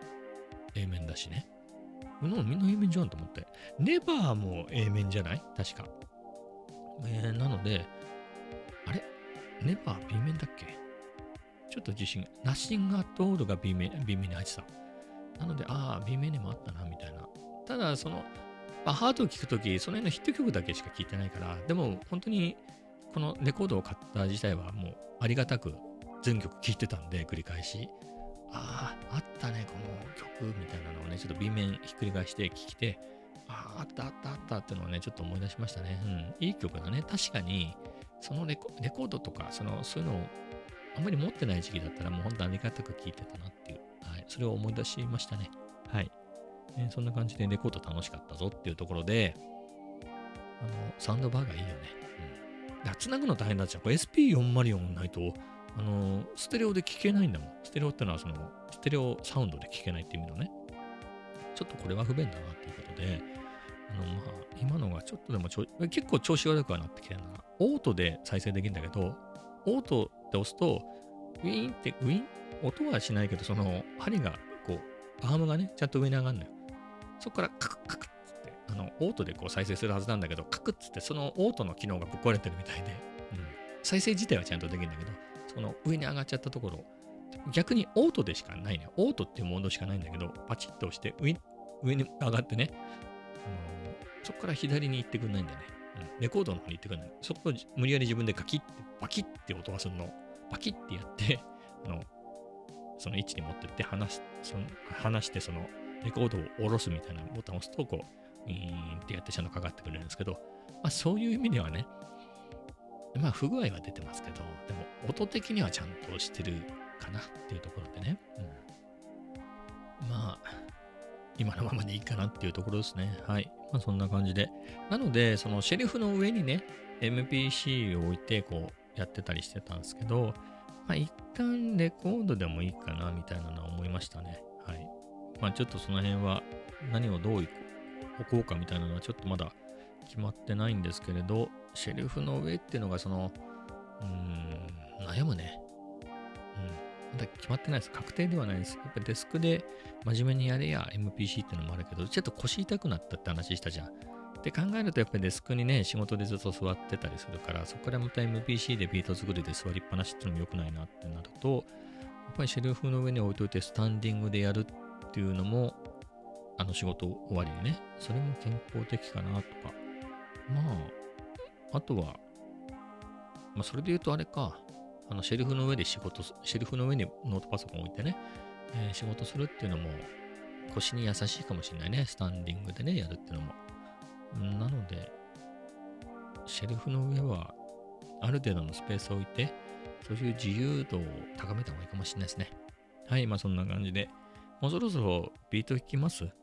A 面だしね。みんな A 面じゃんと思って。ネバーも A 面じゃない確か。えー、なので、あれネバー B 面だっけちょっと自信。ナッシングアットオールが B 面、B 面に入ってた。なので、ああ、B 面にもあったな、みたいな。ただ、その、まあ、ハートを聴くとき、その辺のヒット曲だけしか聴いてないから、でも、本当に、このレコードを買った自体はもう、ありがたく全曲聴いてたんで、繰り返し。ああ、あったね、この曲、みたいなのをね、ちょっと B 面ひっくり返して聴きて、ああ、あったあったあったっていうのをね、ちょっと思い出しましたね。うん。いい曲だね。確かに、そのレコレコードとか、その、そういうのを、あんまり持ってない時期だったら、もう本当ありがたく聴いてたなっていう、はい。それを思い出しましたね。はい。えー、そんな感じでレコード楽しかったぞっていうところで、あの、サウンドバーがいいよね。うん。だ繋ぐの大変だっちゃう。これ エスピーよんまるよん ないと、あの、ステレオで聴けないんだもん。ステレオってのはその、ステレオサウンドで聴けないっていう意味のね。ちょっとこれは不便だなっていうことで、あの、まあ、今のがちょっとでもちょ結構調子悪くはなってきてるな。オートで再生できるんだけど、オートで押すと、ウィーンって、ウィーン音はしないけど、その、針が、こう、アームがね、ちゃんと上に上がるのよ。そこからカクッカクッつって、あの、オートでこう再生するはずなんだけど、カクッつって、そのオートの機能がぶっ壊れてるみたいで、うん。再生自体はちゃんとできるんだけど、その上に上がっちゃったところ、逆にオートでしかないね。オートっていうモードしかないんだけど、パチッと押して上、上に上がってね、あのー、そこから左に行ってくんないんだよね。うん。レコードの方に行ってくんない。そこを無理やり自分でガキッて、バキッって音がするの。バキッてやって、あの、その位置に持ってって離し、その離して、その、レコードを下ろすみたいなボタンを押すと、こう、ウィーンってやってちゃんとかかってくれるんですけど、まあそういう意味ではね、まあ不具合は出てますけど、でも音的にはちゃんとしてるかなっていうところでね、うん、まあ、今のままでいいかなっていうところですね。はい。まあそんな感じで。なので、そのシェルフの上にね、エムピーシー を置いて、こう、やってたりしてたんですけど、まあ一旦レコードでもいいかなみたいなのは思いましたね。はい。まあちょっとその辺は何をどう置こうかみたいなのはちょっとまだ決まってないんですけれど、シェルフの上っていうのがその、うーん、悩むね。うん。まだ決まってないです。確定ではないです。やっぱデスクで真面目にやれや エムピーシー っていうのもあるけど、ちょっと腰痛くなったって話したじゃん。って考えるとやっぱりデスクにね、仕事でずっと座ってたりするから、そこからまた エムピーシー でビート作りで座りっぱなしっていうのも良くないなってなると、やっぱりシェルフの上に置いといてスタンディングでやるっていうのも、あの仕事終わりにね、それも健康的かなとか。まあ、あとは、まあそれで言うとあれか、あのシェルフの上で仕事、シェルフの上にノートパソコン置いてね、えー、仕事するっていうのも腰に優しいかもしれないね。スタンディングでね、やるっていうのも。なので、シェルフの上はある程度のスペースを置いて、そういう自由度を高めた方がいいかもしれないですね。はい、まあそんな感じで。もうそろそろビート弾きます？うん。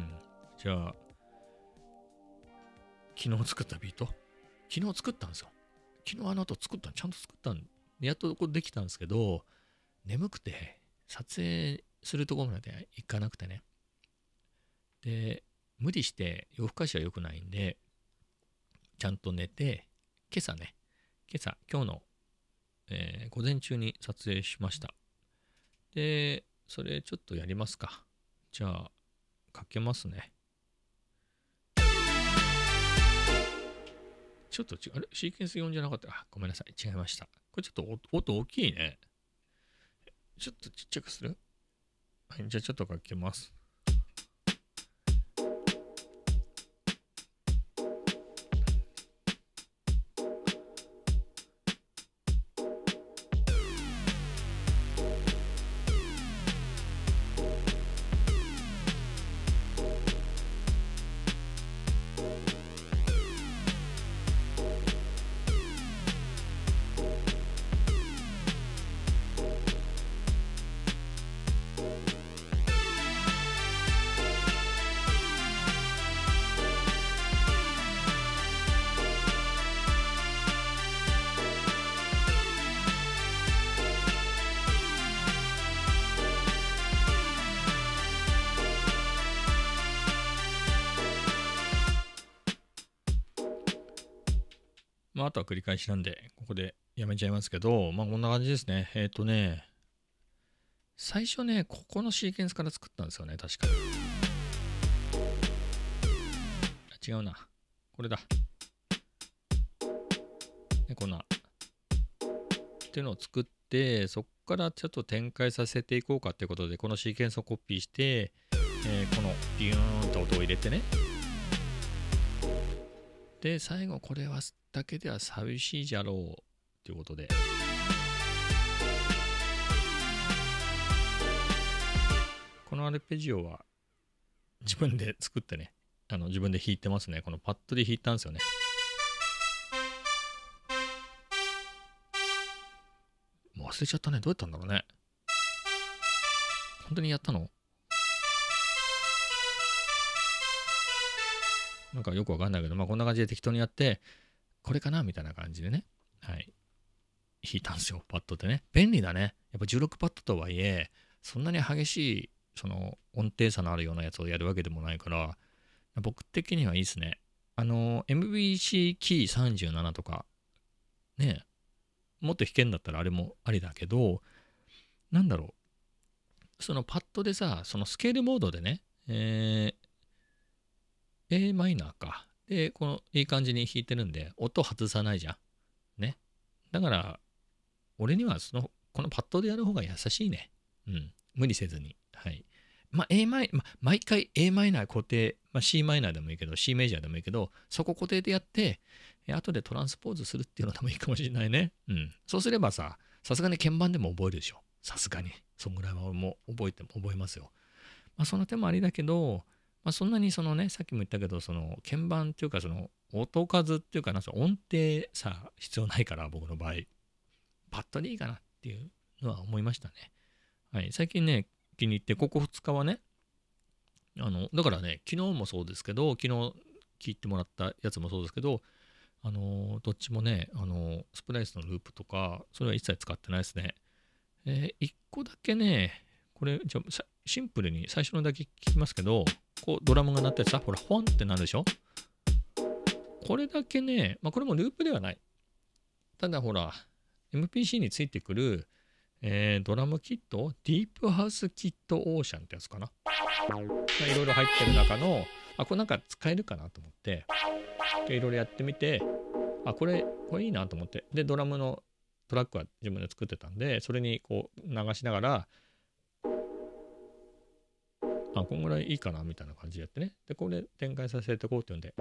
じゃあ、昨日作ったビート昨日作ったんですよ。昨日あの後作った、ちゃんと作ったんやっとこできたんですけど、眠くて撮影するところまで行かなくてね。で、無理して夜更かしは良くないんで、ちゃんと寝て、今朝ね、今朝、今日の、えー、午前中に撮影しました。で、それちょっとやりますか。じゃあ、かけますね。ちょっと違う、あれシーケンスよんじゃなかった。あ、ごめんなさい。違いました。これちょっと音大きいね。ちょっとちっちゃくする？はい、じゃあちょっとかけます。 まあ、あとは繰り返しなんで、ここでやめちゃいますけど、まあこんな感じですね。えっ、ー、とね、最初ね、ここのシーケンスから作ったんですよね、確か。違うな。これだ。でこんな。っていうのを作って、そこからちょっと展開させていこうかっていうことで、このシーケンスをコピーして、えー、このビューンと音を入れてね。で、最後これはだけでは寂しいじゃろうということで。このアルペジオは自分で作ってね、あの自分で弾いてますね。このパッドで弾いたんですよね。もう忘れちゃったね。どうやったんだろうね。本当にやったの？なんかよくわかんないけど、まあこんな感じで適当にやって、これかなみたいな感じでね。はい。弾いたんですよ、パッドでね。便利だね。やっぱじゅうろくパッドとはいえ、そんなに激しい、その音程差のあるようなやつをやるわけでもないから、僕的にはいいですね。あの、エムビーシー キーさんじゅうななとか、ね、もっと弾けんだったらあれもありだけど、なんだろう。そのパッドでさ、そのスケールモードでね、えー、A マイナーか。で、このいい感じに弾いてるんで、音外さないじゃん。ね。だから、俺にはその、このパッドでやる方が優しいね。うん。無理せずに。はい。まあ、A マイ、まあ、毎回 A マイナー固定、まあ、C マイナーでもいいけど、C メジャーでもいいけど、そこ固定でやって、後でトランスポーズするっていうのでもいいかもしれないね。うん。そうすればさ、さすがに鍵盤でも覚えるでしょ。さすがに。そんぐらいは俺も覚えても覚えますよ。まあ、その手もありだけど、まあ、そんなにそのね、さっきも言ったけど、その鍵盤っていうか、その音数っていうかな、その音程さ、必要ないから、僕の場合。パッドでいいかなっていうのは思いましたね。はい。最近ね、気に入って、ここふつかはね、あの、だからね、昨日もそうですけど、昨日聞いてもらったやつもそうですけど、あの、どっちもね、あの、スプライスのループとか、それは一切使ってないですね。えー、一個だけね、これ、じゃシンプルに最初のだけ聞きますけど、こうドラムが鳴ってさ、ほら、フォンってなるでしょ？これだけね、まあこれもループではない。ただほら、エムピーシー についてくる、えー、ドラムキット、ディープハウスキットオーシャンってやつかな。いろいろ入ってる中の、あ、これなんか使えるかなと思って、いろいろやってみて、あ、これ、これいいなと思って、で、ドラムのトラックは自分で作ってたんで、それにこう流しながら、あ、こんぐらいいいかなみたいな感じでやってね。で、これ展開させていこうって言うんで、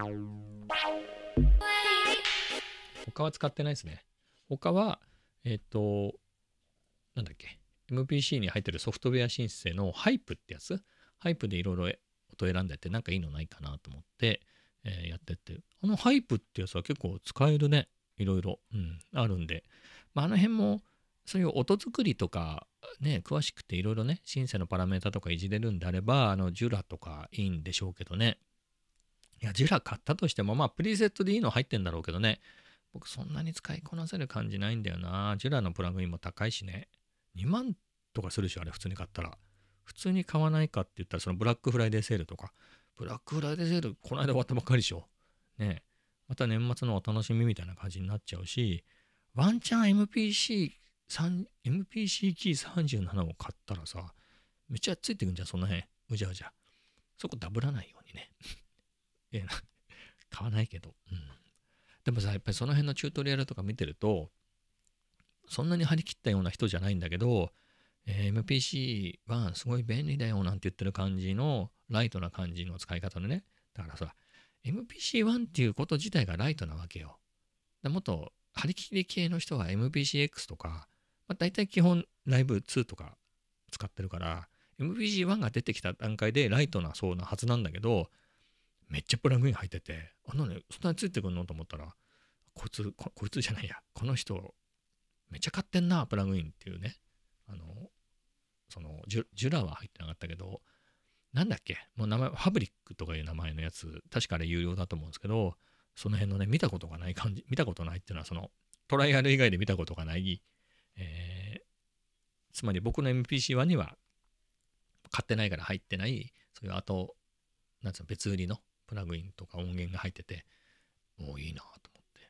他は使ってないですね。他は、えっ、ー、と、なんだっけ、エムピーシー に入ってるソフトウェア申請のハイプってやつ、ハイプでいろいろ音選んでってなんかいいのないかなと思って、えー、やってって、あのハイプってやつは結構使えるね。いろいろ、うん、あるんで、まあ、あの辺もそういう音作りとかね、詳しくていろいろね、シンセのパラメータとかいじれるんであれば、あのジュラとかいいんでしょうけどね。いや、ジュラ買ったとしても、まあ、プリセットでいいの入ってんだろうけどね。僕そんなに使いこなせる感じないんだよな。ジュラのプラグインも高いしね。にまんとかするでしょ、あれ普通に買ったら。普通に買わないかって言ったら、そのブラックフライデーセールとか。ブラックフライデーセール、この間終わったばっかりでしょ。ねえ。また年末のお楽しみみたいな感じになっちゃうし、ワンチャン エムピーシー、エムピーシー キーさんじゅうななを買ったらさ、めっちゃついてくんじゃん、その辺。うじゃうじゃ。そこダブらないようにね。え買わないけど。うん。でもさ、やっぱりその辺のチュートリアルとか見てると、そんなに張り切ったような人じゃないんだけど、えー、エムピーシー はすごい便利だよなんて言ってる感じの、ライトな感じの使い方でね。だからさ、エムピーシーワン っていうこと自体がライトなわけよ。もっと張り切り系の人は エムピーシーエックス とか、まあ、大体基本ライブツーとか使ってるから、エムピーシーワン が出てきた段階でライトなそうなはずなんだけど、めっちゃプラグイン入ってて、あのね、そんなについてくんのと思ったら、こいつこ、こいつじゃないや、この人、めっちゃ買ってんな、プラグインっていうね。あの、そのジュ、ジュラは入ってなかったけど、なんだっけ、もう名前、ファブリックとかいう名前のやつ、確かあれ有料だと思うんですけど、その辺のね、見たことがない感じ、見たことないっていうのは、その、トライアル以外で見たことがない、えー、つまり僕の エムピーシーワン には買ってないから入ってない、そういう後、なんつうの、別売りのプラグインとか音源が入ってて、もういいなと思って。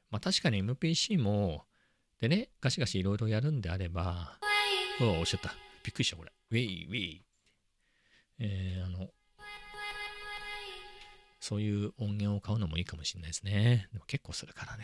まあ確かに エムピーシー も、でね、ガシガシいろいろやるんであれば、うわ、おっしゃった。びっくりした、これ。ウェイ、ウェイ。えー、あの、そういう音源を買うのもいいかもしれないですね。でも結構するからね。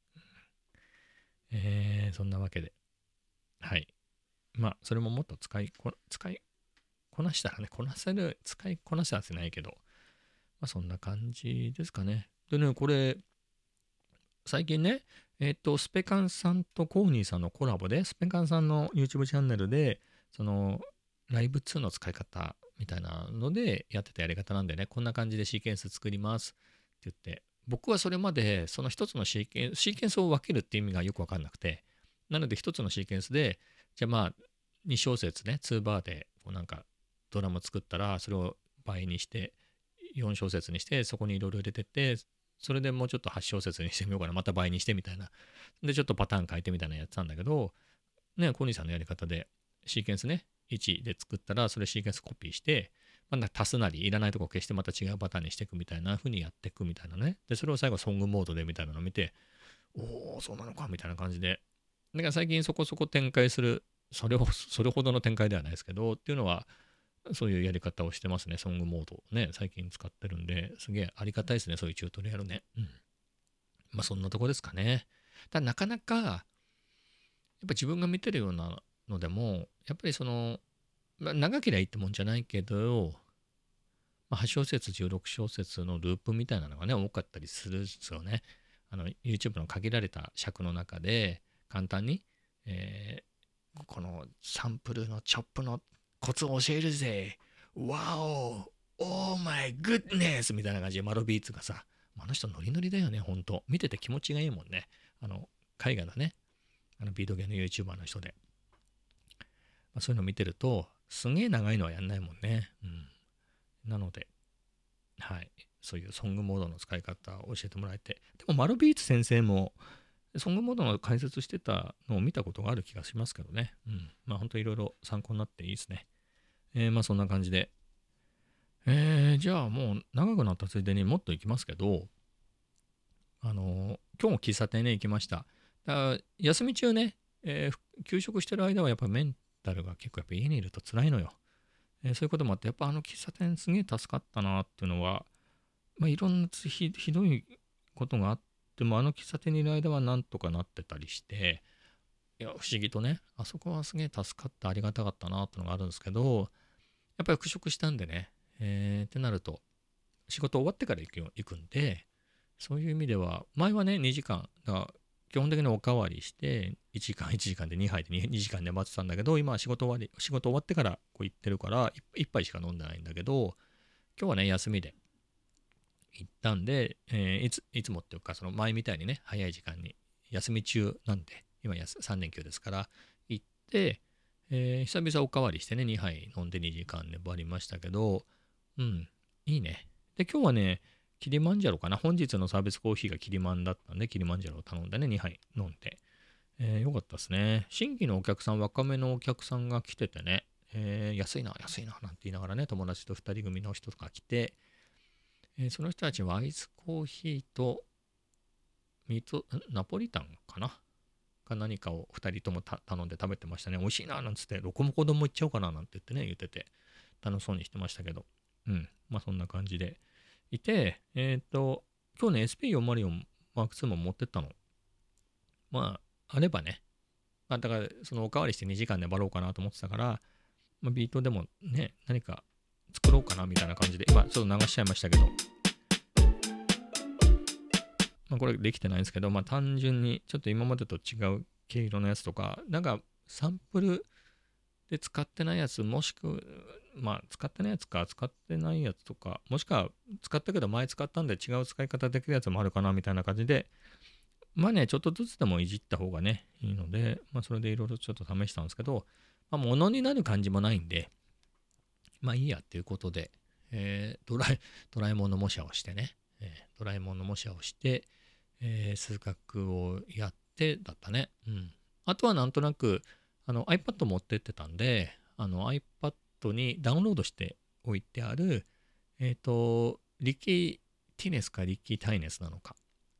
えー、そんなわけで。はい。まあ、それももっと使いこ、使いこなしたらね、こなせる、使いこなせはせないけど、まあそんな感じですかね。でね、これ、最近ね、えっと、スペカンさんとコーニーさんのコラボで、スペカンさんの YouTube チャンネルで、その、ライブツーの使い方みたいなのでやってたやり方なんでね、こんな感じでシーケンス作りますって言って、僕はそれまでその一つのシーケンス、シーケンスを分けるって意味がよくわかんなくて、なので一つのシーケンスで、じゃあまあ、に小節ね、にバーで、こうなんか、ドラマ作ったら、それを倍にして、よん小節にして、そこにいろいろ入れてって、それでもうちょっとはち小節にしてみようかな、また倍にしてみたいな。で、ちょっとパターン変えてみたいなのやってたんだけど、ね、コニーさんのやり方で、シーケンスね、いちで作ったら、それシーケンスコピーして、まあ、足すなり、いらないとこ消して、また違うパターンにしていくみたいな風にやっていくみたいなね。で、それを最後、ソングモードでみたいなのを見て、おー、そうなのか、みたいな感じで。だから最近そこそこ展開する、それを、それほどの展開ではないですけど、っていうのは、そういうやり方をしてますね。ソングモードをね、最近使ってるんで、すげえありがたいですね。そういうチュートリアルね。うん。まあそんなとこですかね。ただなかなか、やっぱ自分が見てるようなのでも、やっぱりその、まあ、長ければいいってもんじゃないけど、まあ、はち小節、じゅうろく小節のループみたいなのがね、多かったりするんですよね。あの、YouTube の限られた尺の中で、簡単に、えーこのサンプルのチョップのコツを教えるぜ。わお、オーマイグッネスみたいな感じでマロビーツがさ、あの人ノリノリだよね、ほんと。見てて気持ちがいいもんね。あの、海外のね、あのビートゲーの YouTuber の人で。まあ、そういうの見てると、すげえ長いのはやんないもんね。うん。なので、はい。そういうソングモードの使い方を教えてもらえて。でも、マルビーツ先生も、ソングモードの解説してたのを見たことがある気がしますけどね。うん。まあ、本当いろいろ参考になっていいですね。えー、まあ、そんな感じで。えー、じゃあもう長くなったついでにもっと行きますけど、あのー今日も喫茶店ね、行きました。だから休み中ね、えー休職してる間はやっぱメンタルが結構やっぱ家にいると辛いのよ。えーそういうこともあって、やっぱあの喫茶店すげえ助かったなっていうのは、まあ、いろんなひひどいことがあっても、あの喫茶店にいる間はなんとかなってたりして、いや、不思議とね、あそこはすげえ助かってありがたかったなっていうのがあるんですけど、やっぱり復職したんでね、えーってなると、仕事終わってから行くよ行くんで、そういう意味では、前はね、にじかん、だから基本的におかわりして、いちじかん、いちじかんでにはいで 2, 時間で待ってたんだけど、今は仕事終わり、仕事終わってからこう行ってるから、いっぱいしか飲んでないんだけど、今日はね、休みで行ったんで、えーいつ、いつもっていうか、その前みたいにね、早い時間に、休み中なんで、今やさん連休ですから、行って、えー久々おかわりしてね、にはい飲んでにじかん粘りましたけど、うん、いいね。で、今日はね、キリマンジャロかな。本日のサービスコーヒーがキリマンだったんで、キリマンジャロを頼んでね、にはい飲んで。えーよかったですね。新規のお客さん、若めのお客さんが来ててね、えー安いな、安いな、なんて言いながらね、友達とふたり組の人とか来て、えーその人たちはアイスコーヒーとミート、ナポリタンかなか何かをふたりとも頼んで食べてましたね。美味しいな、なんつって、ロコモコ丼もいっちゃおうかな、なんて言ってね、言ってて、楽しそうにしてましたけど。うん。まあそんな感じでいて、えっ、ー、と、今日ね、エスピーよんまるよん M ツーも持ってったの。まあ、あればね。まあ、だから、そのおかわりしてにじかん粘ろうかなと思ってたから、まあ、ビートでもね、何か作ろうかなみたいな感じで、今ちょっと流しちゃいましたけど、まあ、これできてないんですけど、まあ単純にちょっと今までと違う毛色のやつとか、なんかサンプルで使ってないやつ、もしくまあ使ってないやつか、使ってないやつとか、もしくは使ったけど前使ったんで違う使い方できるやつもあるかなみたいな感じで、まあね、ちょっとずつでもいじった方がね、いいので、まあそれでいろいろちょっと試したんですけど、まあ物になる感じもないんで、まあいいやっていうことで、えードラえ、ドラえもんの模写をしてね、えードラえもんの模写をして、えー数学をやってだったね。うん。あとはなんとなく、あの iPad 持ってってたんで、あの iPad にダウンロードしておいてある、えっ、と、リッキー・ティネスかリッキー・タイネスなのか。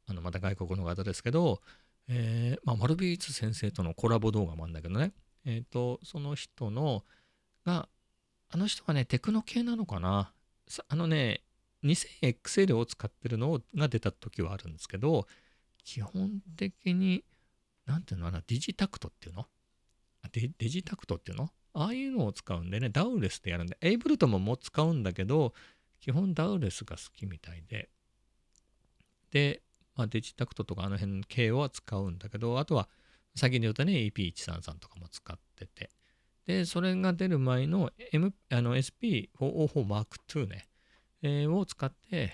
あのまた外国の方ですけど、えーまあ、マルビーツ先生とのコラボ動画もあるんだけどね、えっ、と、その人のが、あの人はね、テクノ系なのかな。あのね、にせんエックスエル を使ってるのが出た時はあるんですけど、基本的に、なんていうのかな、ディジタクトっていうのデデジタクトっていうのああいうのを使うんでね、ダウレスでやるんで、エイブルトンも使うんだけど、基本ダウレスが好きみたいで、で、まあ、デジタクトとかあの辺系は使うんだけど、あとは先に言うとね、イーピーいちさんさん とかも使ってて、で、それが出る前の、M、あの エスピーよんひゃくよん マークツー ね、えーを使って、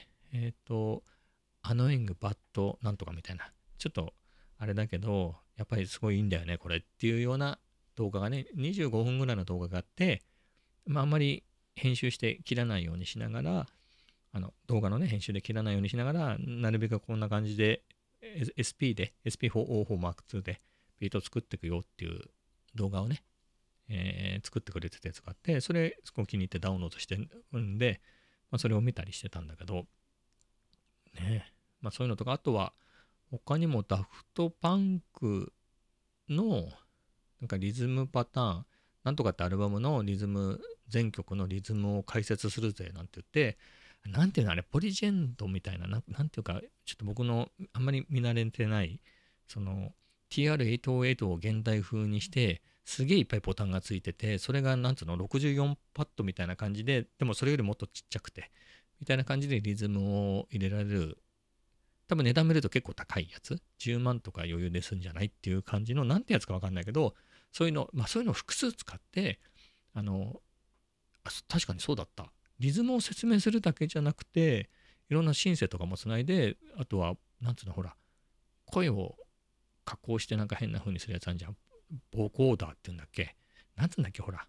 えっ、と、アノイングバッドなんとかみたいな、ちょっとあれだけど、やっぱりすごいいいんだよね、これっていうような動画がね、にじゅうごふんぐらいの動画があって、まあ、あんまり編集して切らないようにしながら、あの動画のね、編集で切らないようにしながら、なるべくこんな感じで エスピー で、エスピーよんひゃくよん マークツー でビートを作っていくよっていう動画をね、えー作ってくれてたやつがあって、それすごく気に入ってダウンロードしてるんで、まあ、それを見たりしてたんだけど、ね、まあそういうのとか、あとは他にもダフトパンクのなんかリズムパターン、なんとかってアルバムのリズム、全曲のリズムを解説するぜなんて言って、なんていうのあれ、ポリジェンドみたいな、ななんていうか、ちょっと僕のあんまり見慣れてない、その ティーアールはちまるはち を現代風にして、すげえいっぱいボタンがついてて、それがなんつうの、ろくじゅうよんパッドみたいな感じで、でもそれよりもっとちっちゃくて、みたいな感じでリズムを入れられる、多分値段見ると結構高いやつ、じゅうまんとか余裕ですんじゃないっていう感じの、なんてやつかわかんないけど、そういうの、まあそういうのを複数使って、あの、あ確かにそうだった。リズムを説明するだけじゃなくて、いろんなシンセとかもつないで、あとは、なんつうの、ほら、声を加工してなんか変な風にするやつあるじゃん。ボコーダーって言うんだっけ。なんつうんだっけ、ほら。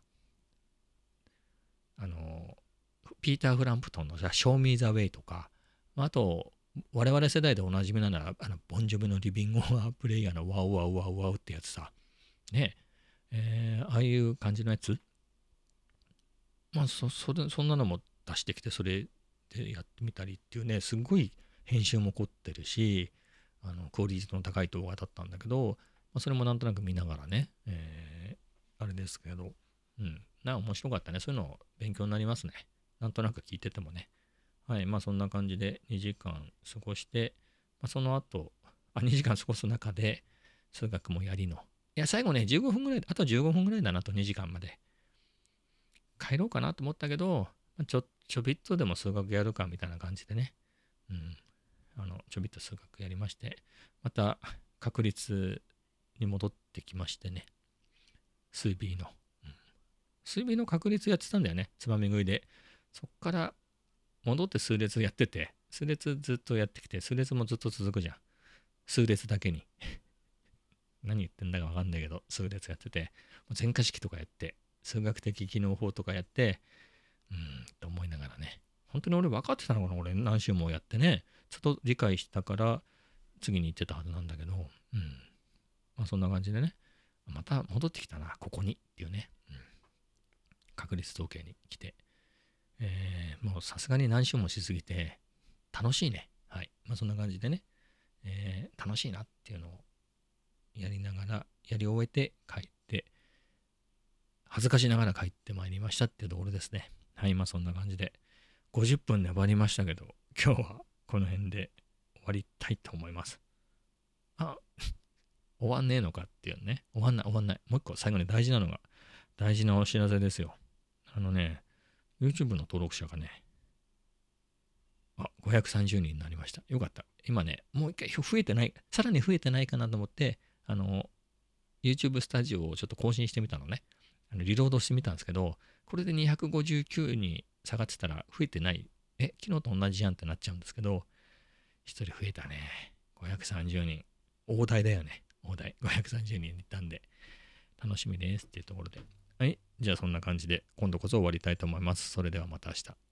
あの、ピーター・フランプトンのさ、Show Me the Way とか、あと、我々世代でおなじみなのは、あの、ボンジョビのリビング・オア・プレイヤーのワウワウワウワウってやつさ。ねえ、えーああいう感じのやつ。まあ、そ、それ、そんなのも出してきて、それでやってみたりっていうね、すごい編集も凝ってるし、あの、クオリティの高い動画だったんだけど、まあ、それもなんとなく見ながらね、えーあれですけど、うん、な、面白かったね。そういうの勉強になりますね。なんとなく聞いててもね。はい、まあそんな感じでにじかん過ごして、まあ、その後、あ、にじかん過ごす中で、数学もやりの。いや、最後ね、じゅうごふんぐらい、あとじゅうごふんぐらいだなとにじかんまで。帰ろうかなと思ったけど、ちょ、ちょびっとでも数学やるかみたいな感じでね。うん。あの、ちょびっと数学やりまして、また確率に戻ってきましてね。数 B の。うん、数 B の確率やってたんだよね。つまみ食いで。そっから戻って数列やってて、数列ずっとやってきて、数列もずっと続くじゃん。数列だけに。何言ってんだかわかんないけど、数列やってて、全化式とかやって、数学的機能法とかやって、うーん、と思いながらね。本当に俺分かってたのかな、俺何週もやってね。ちょっと理解したから次に行ってたはずなんだけど、うん。まあそんな感じでね。また戻ってきたな、ここにっていうね。うん、確率統計に来て。えー、もうさすがに何週もしすぎて、楽しいね。はい。まあそんな感じでね。えー、楽しいなっていうのをやりながら、やり終えて帰って、恥ずかしながら帰ってまいりましたっていうところですね。はい、まあそんな感じで、ごじゅっぷん粘りましたけど、今日はこの辺で終わりたいと思います。あ、終わんねえのかっていうね。終わんない、終わんない。もう一個最後に大事なのが、大事なお知らせですよ。あのね、YouTube の登録者がね、あ、ごひゃくさんじゅうにんになりました。よかった。今ね、もう一回増えてない、さらに増えてないかなと思って、あの、YouTube スタジオをちょっと更新してみたのね。あのリロードしてみたんですけど、これでにひゃくごじゅうきゅうに下がってたら増えてない。え、昨日と同じじゃんってなっちゃうんですけど、ひとり増えたね。ごひゃくさんじゅうにん。大台だよね。大台。ごひゃくさんじゅうにんいったんで、楽しみですっていうところで。はい。じゃあそんな感じで、今度こそ終わりたいと思います。それではまた明日。